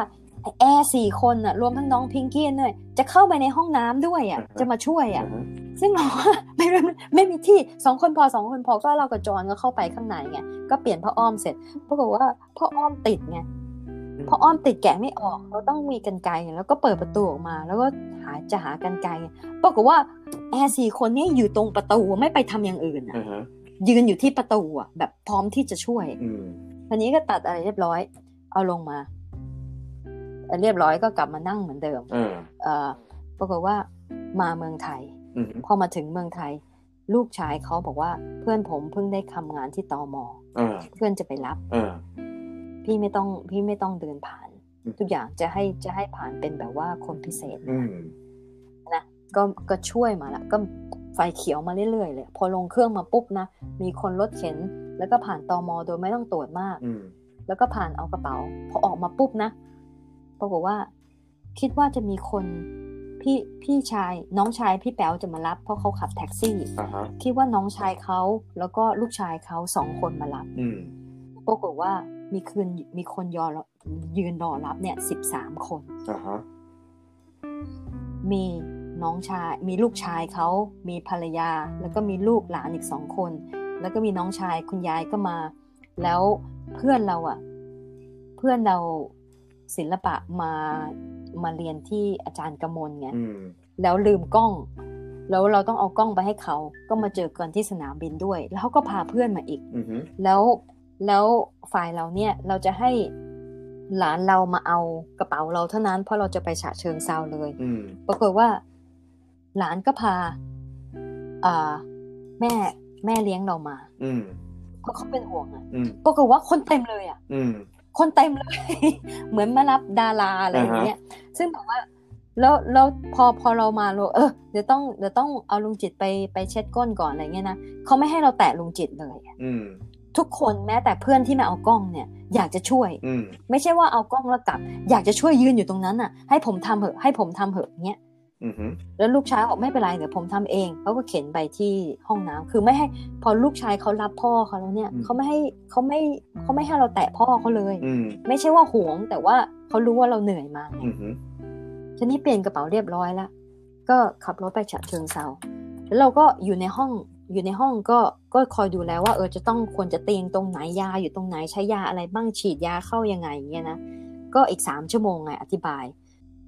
แอร์สี่คนอ่ะรวมทั้งน้องพิงกี้ด้วยจะเข้าไปในห้องน้ำด้วยอ่ะจะมาช่วยอ่ะซึ่งเราไม่ไม่มีที่สองคนพอสองคนพอก็เรากับจอนก็เข้าไปข้างในไงก็เปลี่ยนผ้าอ้อมเสร็จปรากฏว่าผ้าอ้อมติดไงผ้าอ้อมติดแกะไม่ออกเราต้องมีกรรไกรแล้วก็เปิดประตูออกมาแล้วก็หาจะหากรรไกรปรากฏว่าแอร์สี่คนนี้อยู่ตรงประตูไม่ไปทำอย่างอื่นอ่ะยืนอยู่ที่ประตูอ่ะแบบพร้อมที่จะช่วยทีนี้ก็ตัดอะไรเรียบร้อยเอาลงมาเรียบร้อยก็กลับมานั่งเหมือนเดิมเออปรากฏว่ามาเมืองไทยพอมาถึงเมืองไทยลูกชายเขาบอกว่าเพื่อนผมเพิ่งได้ทำงานที่ตม.เพื่อนจะไปรับพี่ไม่ต้องพี่ไม่ต้องเดินผ่านทุกอย่างจะให้จะให้ผ่านเป็นแบบว่าคนพิเศษนะก็ก็ช่วยมาละก็ไฟเขียวมาเรื่อยๆเลยพอลงเครื่องมาปุ๊บนะมีคนรถเข็นแล้วก็ผ่านตม.โดยไม่ต้องตรวจมากแล้วก็ผ่านเอากระเป๋าพอออกมาปุ๊บนะปรากฏว่าคิดว่าจะมีคนพี่พี่ชายน้องชายพี่แป๋วจะมารับเพราะเขาขับแท็กซี่ uh-huh. คิดว่าน้องชายเขาแล้วก็ลูกชายเขาสองคนมารับปรากฏว่ามีคืนมีคนยอยืนรอรับเนี่ยสิบสามคน uh-huh. มีน้องชายมีลูกชายเขามีภรรยาแล้วก็มีลูกหลานอีกสองคนแล้วก็มีน้องชายคุณยายก็มาแล้วเพื่อนเราอ่ะเพื่อนเราศิลปะมามาเรียนที่อาจารย์กมลไงแล้วลืมกล้องแล้วเราต้องเอากล้องไปให้เขาก็มาเจอกันที่สนามบินด้วยแล้วเขาก็พาเพื่อนมาอีกแล้วแล้วฝ่ายเราเนี่ยเราจะให้หลานเรามาเอากระเป๋าเราเท่านั้นเพราะเราจะไปฉะเชิงเทราเลยปรากฏว่าหลานก็พาอ่าแม่แม่เลี้ยงเรามาเพราะเขาเป็นห่วงอ่ะปรากฏว่าคนเต็มเลยอ่ะคนเต็มเลยเหมือนมารับดาราอะไรอย่างเงี้ย uh-huh. ซึ่งบอกว่าแล้วแล้วพอพอเรามาเราเออเดี๋ยวต้องเดี๋ยวต้องเอาลุงจิตไปไปเช็ดก้นก่อนอะไรเงี้ยนะเขาไม่ให้เราแตะลุงจิตเลย uh-huh. ทุกคนแม้แต่เพื่อนที่มาเอากล้องเนี่ยอยากจะช่วย uh-huh. ไม่ใช่ว่าเอากล้องแล้วกลับอยากจะช่วยยืนอยู่ตรงนั้นน่ะให้ผมทำเหอะให้ผมทำเหอะเงี้ยuh-huh. แล้วลูกชายบอกไม่เป็นไรเดี๋ยวผมทำเองเขาก็เข็นไปที่ห้องน้ำคือไม่ให้พอลูกชายเขารับพ่อเขาแล้วเนี่ย uh-huh. เขาไม่ให้เขาไม่เขาไม่ให้เราแตะพ่อเขาเลย uh-huh. ไม่ใช่ว่าหวงแต่ว่าเขารู้ว่าเราเหนื่อยมาก uh-huh. ทีนี้เปลี่ยนกระเป๋าเรียบร้อยแล้วก็ขับรถไปฉะเชิงเทราแล้วเราก็อยู่ในห้องอยู่ในห้องก็ก็คอยดูแลว่าเออจะต้องควรจะเตียงตรงไหนยาอยู่ตรงไหนใช้ยาอะไรบ้างฉีดยาเข้ายังไงอย่างเงี้ยนะก็อีกสามชั่วโมงไงอธิบาย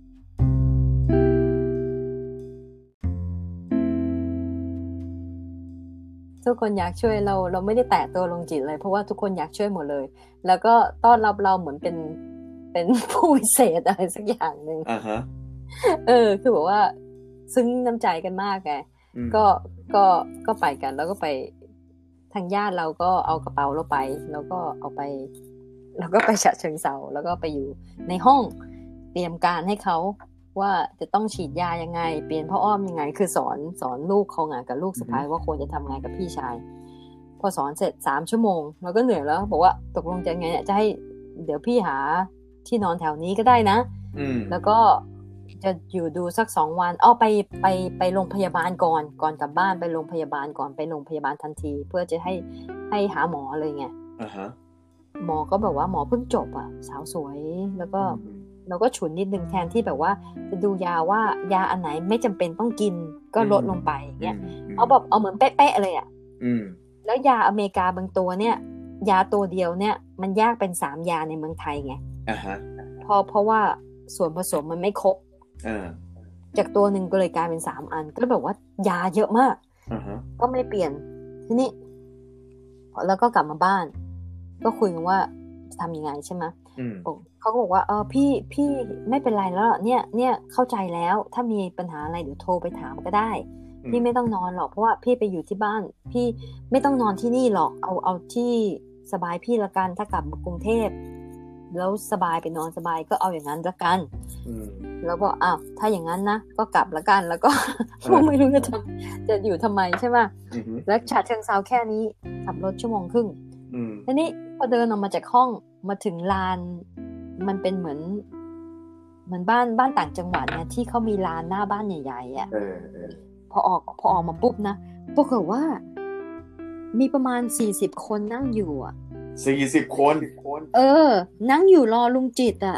ทุกคนอยากช่วยเราเราไม่ได้แตะตัวลงจิตเลยเพราะว่าทุกคนอยากช่วยหมดเลยแล้วก็ต้อนรับเราเหมือนเป็นเป็นผู้พิเศษอะไรสักอย่างนึง uh-huh. เออคือบอกว่าซึ้งน้ำใจกันมากไง mm. ก็ก็ก็ไปกันแล้วก็ไปทางญาติเราก็เอากระเป๋าเราไปแล้วก็เอาไปแล้วก็ไปฉะเชิงเทราแล้วก็ไปอยู่ในห้องเตรียมการให้เขาว่าจะต้องฉีดยายังไงเปลี่ยนผ้าอ้อมยังไงคือสอนสอนลูกเขาไงกับลูกสะใภ้ว่าควรจะทำไงกับพี่ชายพอสอนเสร็จสามชั่วโมงเราก็เหนื่อยแล้วบอกว่าตกลงจะไงเนี่ยจะให้เดี๋ยวพี่หาที่นอนแถวนี้ก็ได้นะแล้วก็จะอยู่ดูสักสองวันอ้อไปไปไปโรงพยาบาลก่อนก่อนกลับบ้านไปโรงพยาบาลก่อนไปโรงพยาบาลทันทีเพื่อจะให้ให้หาหมอเลยไง uh-huh. หมอก็แบบว่าหมอเพิ่งจบอ่ะสาวสวยแล้วก็เราก็ฉุนนิดนึงแทนที่แบบว่าจะดูยาว่ายาอันไหนไม่จำเป็นต้องกินก็ลดลงไปอย่างเงี้ยเอาแบบเอาเหมือนเป๊ะๆเลยอ่ะแล้วยาอเมริกาบางตัวเนี่ยยาตัวเดียวเนี่ยมันแยกเป็นสามยาในเมืองไทยไง uh-huh. พอเพราะว่าส่วนผสมมันไม่ครบ uh-huh. จากตัวหนึ่งก็เลยกลายเป็นสามอันก็แบบว่ายาเยอะมาก uh-huh. ก็ไม่เปลี่ยนทีนี้แล้วก็กลับมาบ้านก็คุยกันว่าทำยังไงใช่ไหมเขาก็บอกว่าเออพี่พี่ไม่เป็นไรแล้วเนี่ยเนี่ยเข้าใจแล้วถ้ามีปัญหาอะไรเดี๋ยวโทรไปถามก็ได้พี่ไม่ต้องนอนหรอกเพราะว่าพี่ไปอยู่ที่บ้านพี่ไม่ต้องนอนที่นี่หรอกเอาเอาที่สบายพี่ละกันถ้ากลับมากรุงเทพแล้วสบายไปนอนสบายก็เอาอย่างนั้นละกันแล้วบอกอ้าวถ้าอย่างนั้นนะก็กลับละกันแล้วก็ไม่รู้จะทำจะอยู่ทำไมใช่ไหมแล้วฉะเชิงเทราแค่นี้ขับรถชั่วโมงครึ่งทีนี้พอเดินออกมาจากห้องมาถึงลานมันเป็นเหมือนเหมือนบ้านบ้านต่างจังหวัดเนี่ยที่เขามีลานหน้าบ้านใหญ่ๆอ่ะพอออกพอออกมาปุ๊บนะปรากฏว่ามีประมาณสี่สิบคนนั่งอยู่อ่ะสี่สิบคนเออนั่งอยู่รอลุงจิตอ่ะ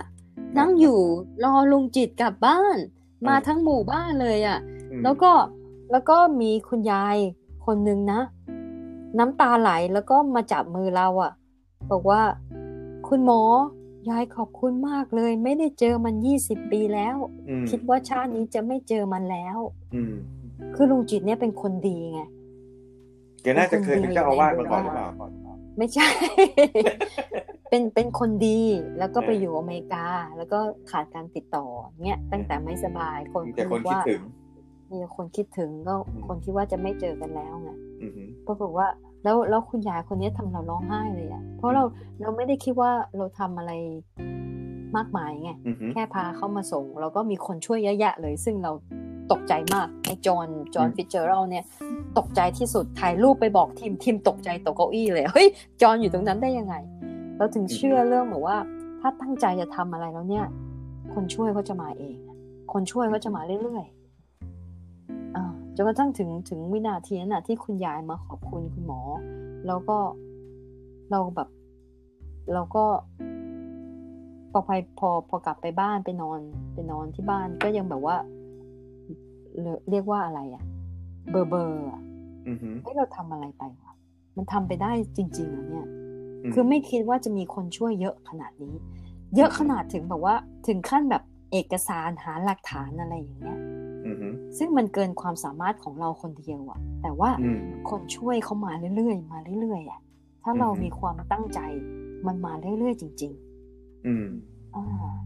นั่งอยู่รอลุงจิตกลับบ้านมาทั้งหมู่บ้านเลยอ่ะแล้วก็แล้วก็มีคุณยายคนนึงนะน้ำตาไหลแล้วก็มาจับมือเราอ่ะบอกว่าคุณหมอยายขอบคุณมากเลยไม่ได้เจอมันยี่สิบปีแล้วคิดว่าชาตินี้จะไม่เจอมันแล้วคือลุงจิตเนี่ยเป็นคนดีไงแกน่าจะเคยเป็นเจ้าอาวาสมาก่อนหรือเปล่าไม่ใช่ เป็นเป็นคนดีแล้วก็ไปอยู่อเมริกาแล้วก็ขาดการติดต่อเงี้ยตั้งแต่ไม่สบายคนคิดว่ามีคนคิดถึงก็คนคิดว่าจะไม่เจอกันแล้วไงปรากฏว่าแล้วแล้วคุณยายคนนี้ทำเราร้องไห้เลยอ่ะเพราะเราเราไม่ได้คิดว่าเราทำอะไรมากมายไงแค่พาเขามาส่งเราก็มีคนช่วยเยอะแยะเลยซึ่งเราตกใจมากไอ้จอห์นจอห์นฟิตเจอรัลเนี่ยตกใจที่สุดถ่ายรูปไปบอกทีมทีมตกใจตกเก้าอี้เลยเฮ้ยจอห์นอยู่ตรงนั้นได้ยังไงเราถึงเชื่อเรื่องแบบว่าถ้าตั้งใจจะทำอะไรแล้วเนี่ยคนช่วยเขาจะมาเองคนช่วยเขาจะมาเรื่อยๆอ่าจนกระทั่งถึงถึงวินาทีนั้นน่ะที่คุณยายมาขอบคุณคุณหมอแล้วก็เราแบบเราก็พอไปพอพอกลับไปบ้านไปนอนไปนอนที่บ้านก็ยังแบบว่าเรียกว่าอะไรอ่ะเบอร์เบอร์อ่ะให้เราทำอะไรไปวะมันทำไปได้จริงๆอ่ะเนี่ยคือไม่คิดว่าจะมีคนช่วยเยอะขนาดนี้เยอะขนาดถึงแบบว่าถึงขั้นแบบเอกสารหาหลักฐานอะไรอย่างเงี้ยซึ่งมันเกินความสามารถของเราคนเดียวอ่ะแต่ว่าคนช่วยเขามาเรื่อยๆมาเรื่อยๆอ่ะถ้าเรามีความตั้งใจมันมาเรื่อยๆจริงๆอืมอ่า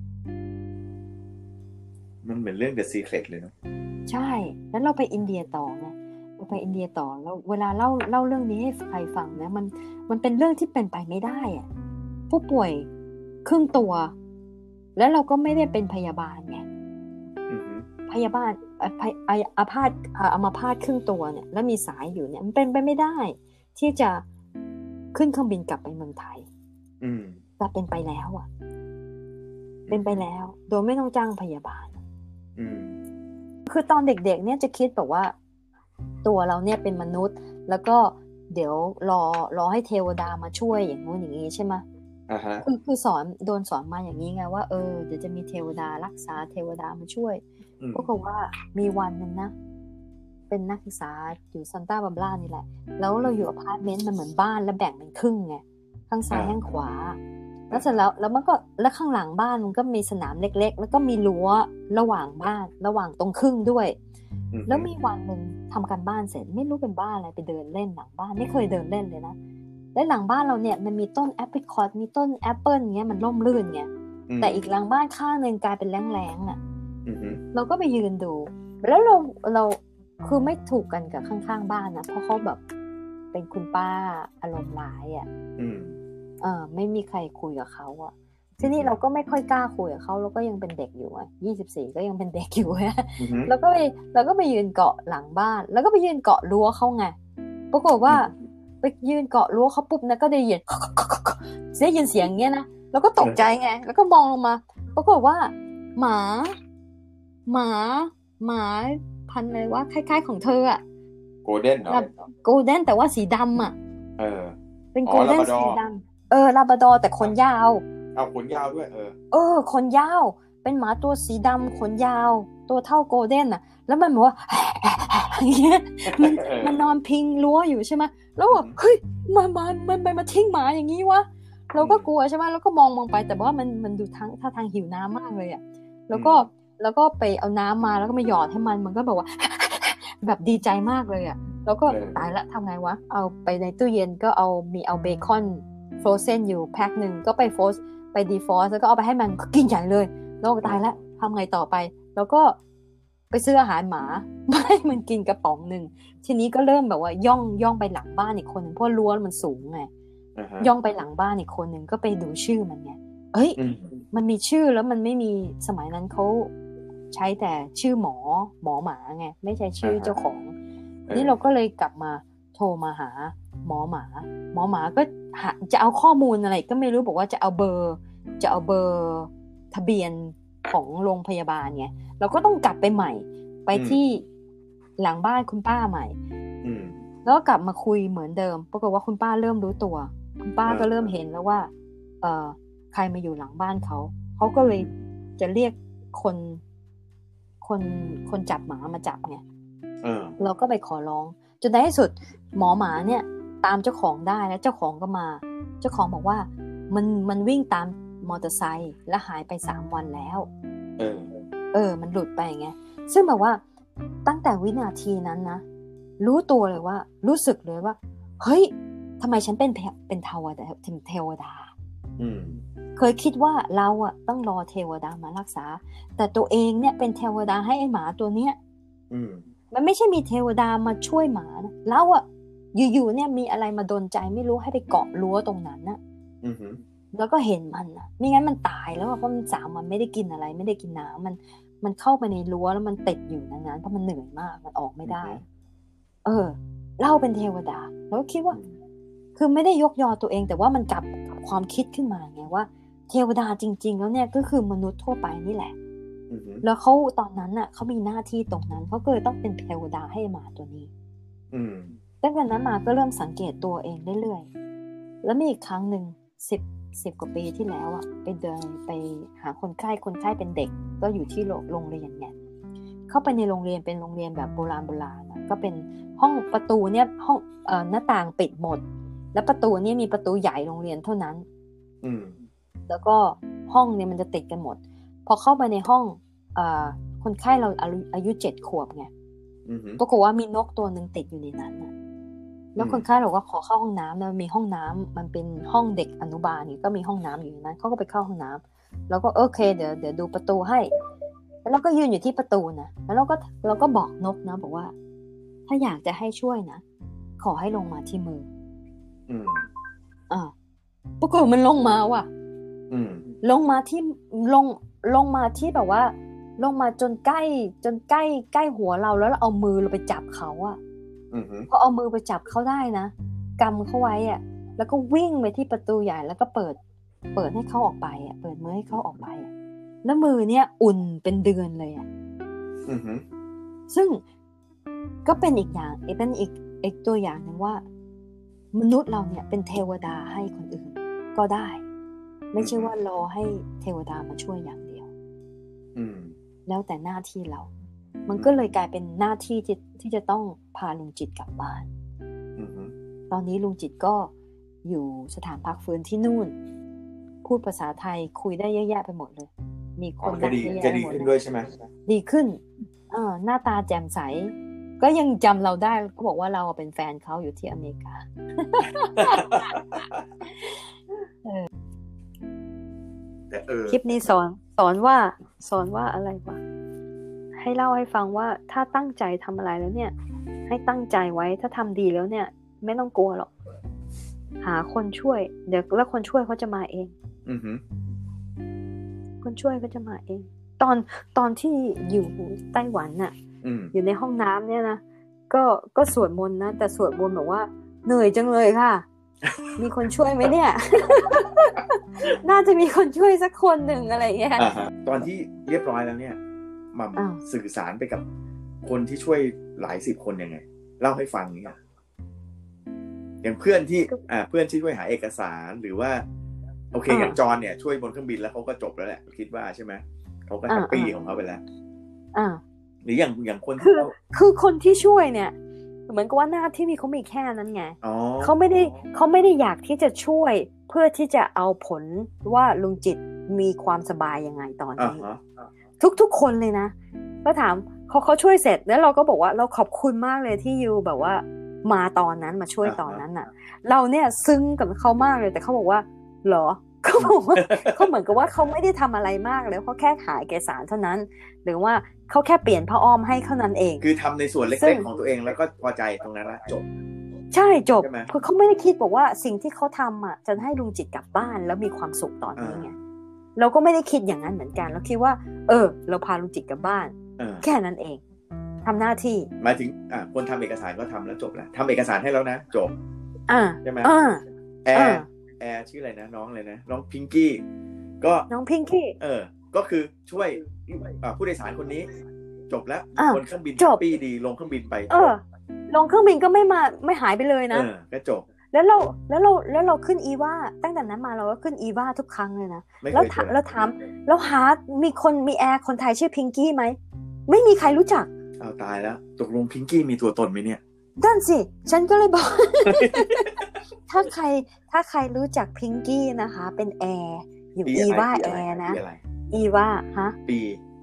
มันเหมือนเรื่อง The Secret เลยเนาะใช่แล้วเราไปอินเดียต่อไงเราไปอินเดียต่อแล้วเวลาเล่าเล่าเรื่องนี้ให้ใครฟังนะมันมันเป็นเรื่องที่เป็นไปไม่ได้อ่ะผู้ป่วยครึ่งตัวแล้วเราก็ไม่ได้เป็นพยาบาลไงพยาบาลอาพาธอัมพาตครึ่งตัวเนี่ยแล้วมีสายอยู่เนี่ยมันเป็นไปไม่ได้ที่จะขึ้นเครื่องบินกลับไปเมืองไทยแต่เป็นไปแล้วอ่ะเป็นไปแล้วโดยไม่ต้องจ้างพยาบาลคือตอนเด็กๆเนี่ยจะคิดแบบว่าตัวเราเนี่ยเป็นมนุษย์แล้วก็เดี๋ยวรอรอให้เทวดามาช่วยอย่างงู้นอย่างนี้ใช่ไหมอ่าฮะคือคือสอนโดนสอนมาอย่างนี้ไงว่าเออเดี๋ยวจะมีเทวดารักษาเทวดามาช่วยก็คือว่ามีวันนึงนะเป็นนักศึกษาอยู่ซันตาบาร์บารานี่แหละแล้วเราอยู่อพาร์ตเมนต์มันเหมือนบ้านแล้วแบ่งเป็นครึ่งไงข้างซ้ายข้างขวาแล้วเสร็จแล้วแล้วมันก็แล้วข้างหลังบ้านมันก็มีสนามเล็กๆแล้วก็มีรั้วระหว่างบ้านระหว่างตรงครึ่งด้วยแล้วมีวันนึงทำการบ้านเสร็จไม่รู้เป็นบ้านอะไรไปเดินเล่นหลังบ้านไม่เคยเดินเล่นเลยนะและหลังบ้านเราเนี่ยมันมีต้นแอปเปิลคอร์ดมีต้นแอปเปิลเงี้ยมันร่มรื่นไงแต่อีกหลังบ้านข้างนึงกลายเป็นแล้งๆอ่ะเราก็ไปยืนดูแล้วเราเราคือไม่ถูกกันกับข้างๆบ้านนะเพราะเขาแบบเป็นคุณป้าอารมณ์ร้ายอ่ะเออไม่มีใครคุยกับเขาอ่ะทีนี้เราก็ไม่ค่อยกล้าคุยกับเขาเราก็ยังเป็นเด็กอยู่อ่ะยี่สิบสี่ก็ยังเป็นเด็กอยู่อ่ะแล้วก็ไปแล้วก็ไปยืนเกาะหลังบ้านแล้วก็ไปยืนเกาะรั้วเขาไงปรากฏว่าไปยืนเกาะรั้วเขาปุ๊บนะก็ได้ยินได้ยินเสียงเงี้ยนะแล้วก็ตกใจไงแล้วก็มองลงมาปรากฏว่าหมาหมาหมาพันธุ์อะไรวะคล้ายๆของเธออ่ะโกลเด้นเนาะโกลเด้นแต่ว่าสีดำอ่ะเออเป็นโกลเด้นสีดำเออลาบราดอร์แต่ขนยาวเอาขนยาวด้วยเออเออขนยาวเป็นหมาตัวสีดำขนยาวตัวเท่าโกลเด้นอ่ะแล้วมันบอกว่าอย่างเงี้ยมันมันนอนพิงรั้วอยู่ใช่ไหมแล้วแบบเฮ้ยมันมันมันมันมาทิ้งหมาอย่างงี้วะเราก็กลัวใช่ไหมแล้วก็มองมองไปแต่ว่ามันมันดูทั้งท่าทางหิวน้ำมากเลยอ่ะแล้วก็แล้วก็ไปเอาน้ำมาแล้วก็มาหยอดให้มันมันก็แบบว่าแบบดีใจมากเลยอ่ะแล้วก็ตายละทำไงวะเอาไปในตู้เย็นก็เอามีเอาเบคอนโฟรเซนอยู่แพ็คหนึ่งก็ไปโฟสไปดีฟอสแล้วก็เอาไปให้มันกินใหญ่เลยแล้วตายละทำไงต่อไปแล้วก็ไปซื้ออาหารหมาไม่ให้มันกินกระป๋องหนึ่งทีนี้ก็เริ่มแบบว่าย่องย่องไปหลังบ้านอีกคนนึงเพราะรั้วมันสูงไง uh-huh. ย่องไปหลังบ้านอีกคนนึงก็ไปดูชื่อมันไงเอ้ย uh-huh. มันมีชื่อแล้วมันไม่มีสมัยนั้นเขาใช้แต่ชื่อหมอหมอหมาไงไม่ใช่ชื่อ uh-huh. เจ้าของ uh-huh. นี่เราก็เลยกลับมาโทรมาหาหมอหมาหมอหมาก็จะเอาข้อมูลอะไรก็ไม่รู้บอกว่าจะเอาเบอร์จะเอาเบอร์ทะเบียนของโรงพยาบาลไงเราก็ต้องกลับไปใหม่ไปที่หลังบ้านคุณป้าใหม่แล้วก็กลับมาคุยเหมือนเดิมปรากฏว่าคุณป้าเริ่มรู้ตัวคุณป้าก็เริ่มเห็นแล้วว่าเอ่อใครมาอยู่หลังบ้านเขาเขาก็เลยจะเรียกคนคนคนจับหมามาจับไงเราก็ไปขอร้องจนในที่สุดหมอหมาเนี่ยตามเจ้าของได้แล้วเจ้าของก็มาเจ้าของบอกว่ามันมันวิ่งตามมอเตอร์ไซค์และหายไปสามวันแล้วเออเออมันหลุดไปไงซึ่งแบบว่าตั้งแต่วินาทีนั้นนะรู้ตัวเลยว่ารู้สึกเลยว่าเฮ้ยทำไมฉันเป็นเป็นเทวดาเทวดาเคยคิดว่าเราอะต้องรอเทวดามารักษาแต่ตัวเองเนี่ยเป็นเทวดาให้ไอ้หมาตัวเนี้ยมันไม่ใช่มีเทวดามาช่วยหมานะเราอะอยู่ๆเนี่ยมีอะไรมาดลใจไม่รู้ให้ไปเกาะรั้วตรงนั้นนะแล้วก็เห็นมันนะไม่งั้นมันตายแล้วเพราะมันสามวันไม่ได้กินอะไรไม่ได้กินน้ำมันมันเข้าไปในรั้วแล้วมันติดอยู่นานๆเพราะมันเหนื่อยมากมันออกไม่ได้เออเราเป็นเทวดาแล้วก็คิดว่าคือไม่ได้ยกยอตัวเองแต่ว่ามันกลับกับความคิดขึ้นมาไงว่าเทวดาจริงๆแล้วเนี่ยก็คือมนุษย์ทั่วไปนี่แหละแล้วเขาตอนนั้นน่ะเขามีหน้าที่ตรงนั้นเขาก็เลยต้องเป็นเทวดาให้หมาตัวนี้ตั้งแต่นั้นมาก็เริ่มสังเกตตัวเองเรื่อยๆแล้วมีอีกครั้งหนึ่งสิบสิบกว่าปีที่แล้วอ่ะไปเดินไปหาคนไข้คนไข้เป็นเด็กก็อยู่ที่โรงเรียนเนี่ยเข้าไปในโรงเรียนเป็นโรงเรียนแบบโบราณโบราณนะก็เป็นห้องประตูเนี่ยห้องเอ่อหน้าต่างปิดหมดแล้วประตูเนี่ยมีประตูใหญ่โรงเรียนเท่านั้นแล้วก็ห้องเนี่ยมันจะติดกันหมดพอเข้าไปในห้องเอ่อคนไข้เราอายุเจ็ดขวบไงปรากฏว่ามีนกตัวนึงติดอยู่ในนั้นนะแล้วคนไข้เราก็ขอเข้าห้องน้ำนะมีห้องน้ำมันเป็นห้องเด็กอนุบาลนี่ก็มีห้องน้ำอยู่ในนั้นเขาก็ไปเข้าห้องน้ำแล้วก็โอเคเดี๋ยวเดี๋ยวดูประตูให้แล้วเราก็ยืนอยู่ที่ประตูนะแล้วเราก็เราก็บอกนกนะบอกว่าถ้าอยากจะให้ช่วยนะขอให้ลงมาที่มืออืมอ่าปรากฏมันลงมาว่ะอืมลงมาที่ลงลงมาที่แบบว่าลงมาจนใกล้จนใกล้ใกล้หัวเราแล้วเราเอามือเราไปจับเขาอ่ะพอเอามือไปจับเขาได้นะกำเขาไว้อ่ะแล้วก็วิ่งไปที่ประตูใหญ่แล้วก็เปิดเปิดให้เขาออกไปอ่ะเปิดมือให้เขาออกไปอ่ะแล้วมือเนี่ยอุ่นเป็นเดือนเลยอ่ะซึ่งก็เป็นอีกอย่างเป็นอีกอีกตัวอย่างนึงว่ามนุษย์เราเนี่ยเป็นเทวดาให้คนอื่นก็ได้ไม่ใช่ว่ารอให้เทวดามาช่วยอย่างเดียวแล้วแต่หน้าที่เรามันก็เลยกลายเป็นหน้าที่ที่ที่จะต้องพาลุงจิตกลับบ้านตอนนี้ลุงจิตก็อยู่สถานพักฟื้นที่นู่นพูดภาษาไทยคุยได้เยอะแยะไปหมดเลยมีคนรักเยอะแยะไปหมดเลยใช่ไหมดีขึ้นเออหน้าตาแจ่มใสก็ยังจำเราได้ก็บอกว่าเราเป็นแฟนเขาอยู่ที่อเมริกาคลิปนี้สอนสอนว่าสอนว่าอะไรวะให้เล่าให้ฟังว่าถ้าตั้งใจทำอะไรแล้วเนี่ยให้ตั้งใจไว้ถ้าทำดีแล้วเนี่ยไม่ต้องกลัวหรอกหาคนช่วยเดี๋ยวแล้วคนช่วยเขาจะมาเองอือฮึคนช่วยเขาจะมาเองตอนตอนที่อยู่ไต้หวันน่ะ อ, อยู่ในห้องน้ำเนี่ยนะก็ก็สวดมนต์นะแต่สวดมนต์แบบว่าเหนื่อยจังเลยค่ะ มีคนช่วยไหมเนี่ย น่าจะมีคนช่วยสักคนหนึ่งอะไรเงี้ยตอนที่เรียบร้อยแล้วเนี่ยมาสื่อสารไปกับคนที่ช่วยหลายสิบคนยังไงเล่าให้ฟังเนี่ยอย่างเพื่อนที่อ่าเพื่อนที่ช่วยหาเอกสารหรือว่าโอเคอย่างจอนเนี่ยช่วยบนเครื่องบินแล้วเขาก็จบแล้วแหละคิดว่าใช่ไหมเขาก็แฮปปี้ของเขาไปแล้วอ่าหรืออย่างอย่างคนคือคือคนที่ช่วยเนี่ยเหมือนกับว่าหน้าที่มีเขามีแค่นั้นไงเขาไม่ได้เขาไม่ได้อยากที่จะช่วยเพื่อที่จะเอาผลว่าลุงจิตมีความสบายยังไงตอนนี้ทุกๆคนเลยนะก็ถามเขาเขาช่วยเสร็จแล้วเราก็บอกว่าเราขอบคุณมากเลยที่ยูแบบว่ามาตอนนั้นมาช่วยตอนนั้นน่ะเราเนี่ยซึ้งกับเขามากเลยแต่เขาบอกว่าเหรอเขาบอกว่าเขาเหมือนกับว่าเขาไม่ได้ทำอะไรมากเลยเขาแค่ขายเอกสารเท่านั้นหรือว่าเขาแค่เปลี่ยนผ้าอ้อมให้เท่านั้นเองคือทำในส่วนเล็กๆของตัวเองแล้วก็พอใจตรงนั้นละจบใช่จบคือเขาไม่ได้คิดบอกว่าสิ่งที่เขาทำอ่ะจะให้ลุงจิตกลับบ้านแล้วมีความสุขตอนนี้ไงเราก็ไม่ได้คิดอย่างนั้นเหมือนกันเราคิดว่าเออเราพาลุงจิตกลับบ้านแค่นั้นเองทำหน้าที่หมายถึงอ่าคนทำเอกสารก็ทำแล้วจบแล้วทำเอกสารให้แล้วนะจบอ่าใช่ไหมแอร์แอร์ชื่ออะไรนะน้องเลยนะน้องพิงกี้ก็น้องพิงกี้เออก็คือช่วยผู้โดยสารคนนี้จบแล้วคนเครื่องบินจบปีดีลงเครื่องบินไปเออลงเครื่องบินก็ไม่มาไม่หายไปเลยนะเออก็จบแล้วเราแล้วเราแล้วเราขึ้นอีว่าตั้งแต่นั้นมาเราก็ขึ้นอีว่าทุกครั้งเลยนะแล้วแล้วถามแล้วหามีคนมีแอร์คนไทยชื่อพิงกี้ไหมไม่มีใครรู้จักอ้าวตายแล้วตกลงพิงกี้มีตัวตนไหมเนี่ยนั่นสิฉันก็เลยบอก ถ้าใครถ้าใครรู้จักพิงกี้นะคะเป็นแอร์อยู่อีว่าแอร์นะอีว่าฮะปี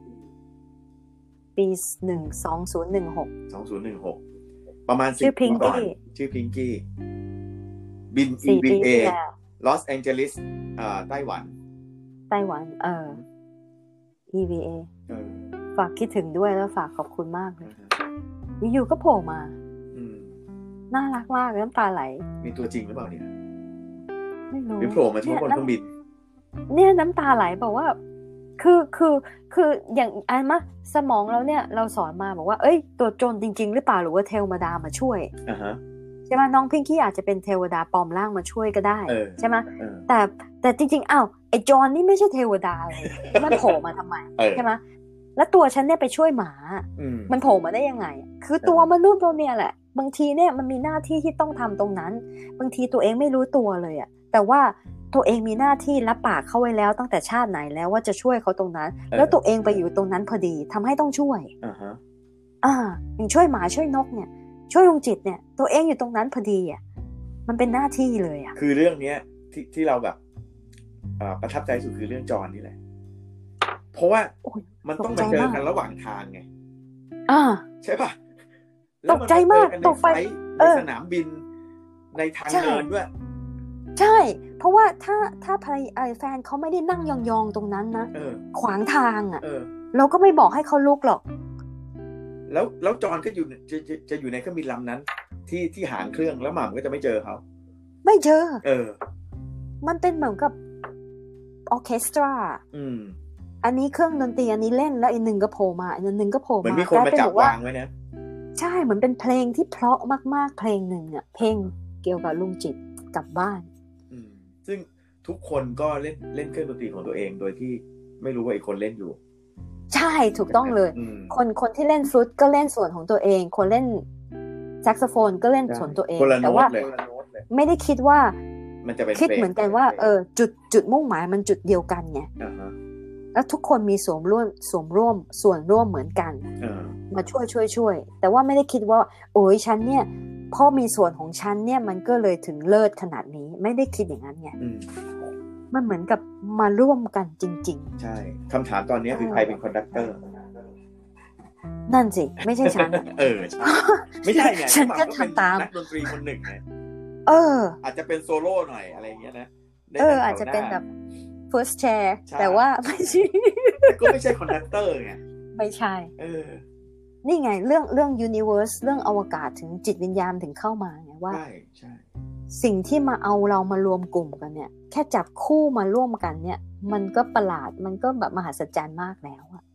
ปีหนึ่งสองศูนย์หนึ่งหกสองศูนย์หนึ่งหกประมาณสิบปีก่อนชื่อพิงกี้บิน อี วี เอ ลอสแองเจลิสอ่าไต้หวันไต้หวันเออ อี วี เอ เออฝากคิดถึงด้วยแล้วฝากขอบคุณมากเลยอยู่ๆก็โผล่มาน่ารักมากน้ำตาไหลมีตัวจริงหรือเปล่าเนี่ยไม่รู้หรือโผล่มาที่บนเครื่องบินเนี่ยน้ำตาไหลบอกว่าคือคือคืออย่างอันมะสมองเราเนี่ยเราสอนมาบอกว่าเอ้ยตัวโจรจริงๆหรือเปล่าหรือว่าเทวดามาช่วยอ่าฮะใช่ไหมน้องพิงกี้อาจจะเป็นเทวดาปลอมร่างมาช่วยก็ได้ใช่ไหมแต่แต่จริงๆอ้าวไอ้จอนนี่ไม่ใช่เทวดาเลยมันโผล่มาทำไมใช่ไหมแล้วตัวฉันเนี่ยไปช่วยหมามันโผล่มาได้ยังไงคือตัวมนุษย์ตัวเนี่ยแหละบางทีเนี่ยมันมีหน้าที่ที่ต้องทำตรงนั้นบางทีตัวเองไม่รู้ตัวเลยอะแต่ว่าตัวเองมีหน้าที่รับปากเขาไว้แล้วตั้งแต่ชาติไหนแล้วว่าจะช่วยเขาตรงนั้นแล้วตัวเองไปอยู่ตรงนั้นพอดีทำให้ต้องช่วยอ่าฮะอ่าอย่างช่วยหมาช่วยนกเนี่ยช่วยลุงจิตเนี่ยตัวเองอยู่ตรงนั้นพอดีอ่ะมันเป็นหน้าที่เลยอ่ะคือเรื่องเนี้ยที่ที่เราแบบอ่าประทับใจสุดคือเรื่องจอนนี่แหละเพราะว่ามันต้องมาเจอกันระหว่างทางไงอ่าใช่ป่ะตกใจมากตกไปในสนามบินในทางเดินด้วยใช่เพราะว่าถ้าถ้าภรรยาแฟนเขาไม่ได้นั่งยองๆตรงนั้นนะขวางทางอ่ะเราก็ไม่บอกให้เขาลุกหรอกแล้วแล้วจอนก็อยู่จะจะจะอยู่ในเครื่องบินลำนั้นที่ที่หางเครื่องแล้วหม่ำก็จะไม่เจอเขาไม่เจอเออมันเป็นเหมือนกับออร์เคสตราอืมอันนี้เครื่องดนตรีอันนี้เล่นแล้วอีกหนึ่งก็โผล่มาอีกหนึ่งก็โผล่มาเหมือนมีคนมาจับวางไว้นะใช่เหมือนเป็นเพลงที่เพราะมากๆเพลงหนึ่งอ่ะเพลงเกี่ยวกับลุงจิตกลับบ้านซึ่งทุกคนก็เล่นเล่นเครื่องดนตรีของตัวเองโดยที่ไม่รู้ว่าอีกคนเล่นอยู่ใช่ถูกต้องเลยคนคนที่เล่นฟลุตก็เล่นส่วนของตัวเองคนเล่นแซกโซโฟนก็เล่นส่วนตัวเองแต่ว่าไม่ได้คิดว่ามันจะเป็นคิดเหมือนกันว่าเออจุดจุดมุ่งหมายมันจุดเดียวกันไงแล้วทุกคนมีส่วนร่วมส่วนร่วมส่วนร่วมเหมือนกันมาช่วยช่วยช่วยแต่ว่าไม่ได้คิดว่าโอ้ยฉันเนี่ยพอมีส่วนของฉันเนี่ยมันก็เลยถึงเลิศขนาดนี้ไม่ได้คิดอย่างนั้นไงมันเหมือนกับมาร่วมกันจริงๆใช่คำถามตอนนี้คือใครเป็นคอนดักเตอร์นั่นสิไม่ใช่ฉันเออใช่ไม่ใช่ไงฉันก็ทำตามนักดนตรีคนหนึ่งไงเอออาจจะเป็นโซโล่หน่อยอะไรอย่างเงี้ยนะเอออาจจะเป็นแบบ first chair แต่ว่าไม่ใช่ก็ไม่ใช่คอนดักเตอร์ไงไม่ใช่เออนี่ไงเรื่องเรื่อง universe เรื่องอวกาศถึงจิตวิญญาณถึงเข้ามาไงว่าใช่ใช่สิ่งที่มาเอาเรามารวมกลุ่มกันเนี่ยแค่จับคู่มาร่วมกันเนี่ยมันก็ประหลาดมันก็แบบมหัศจรรย์มากแล้วอะ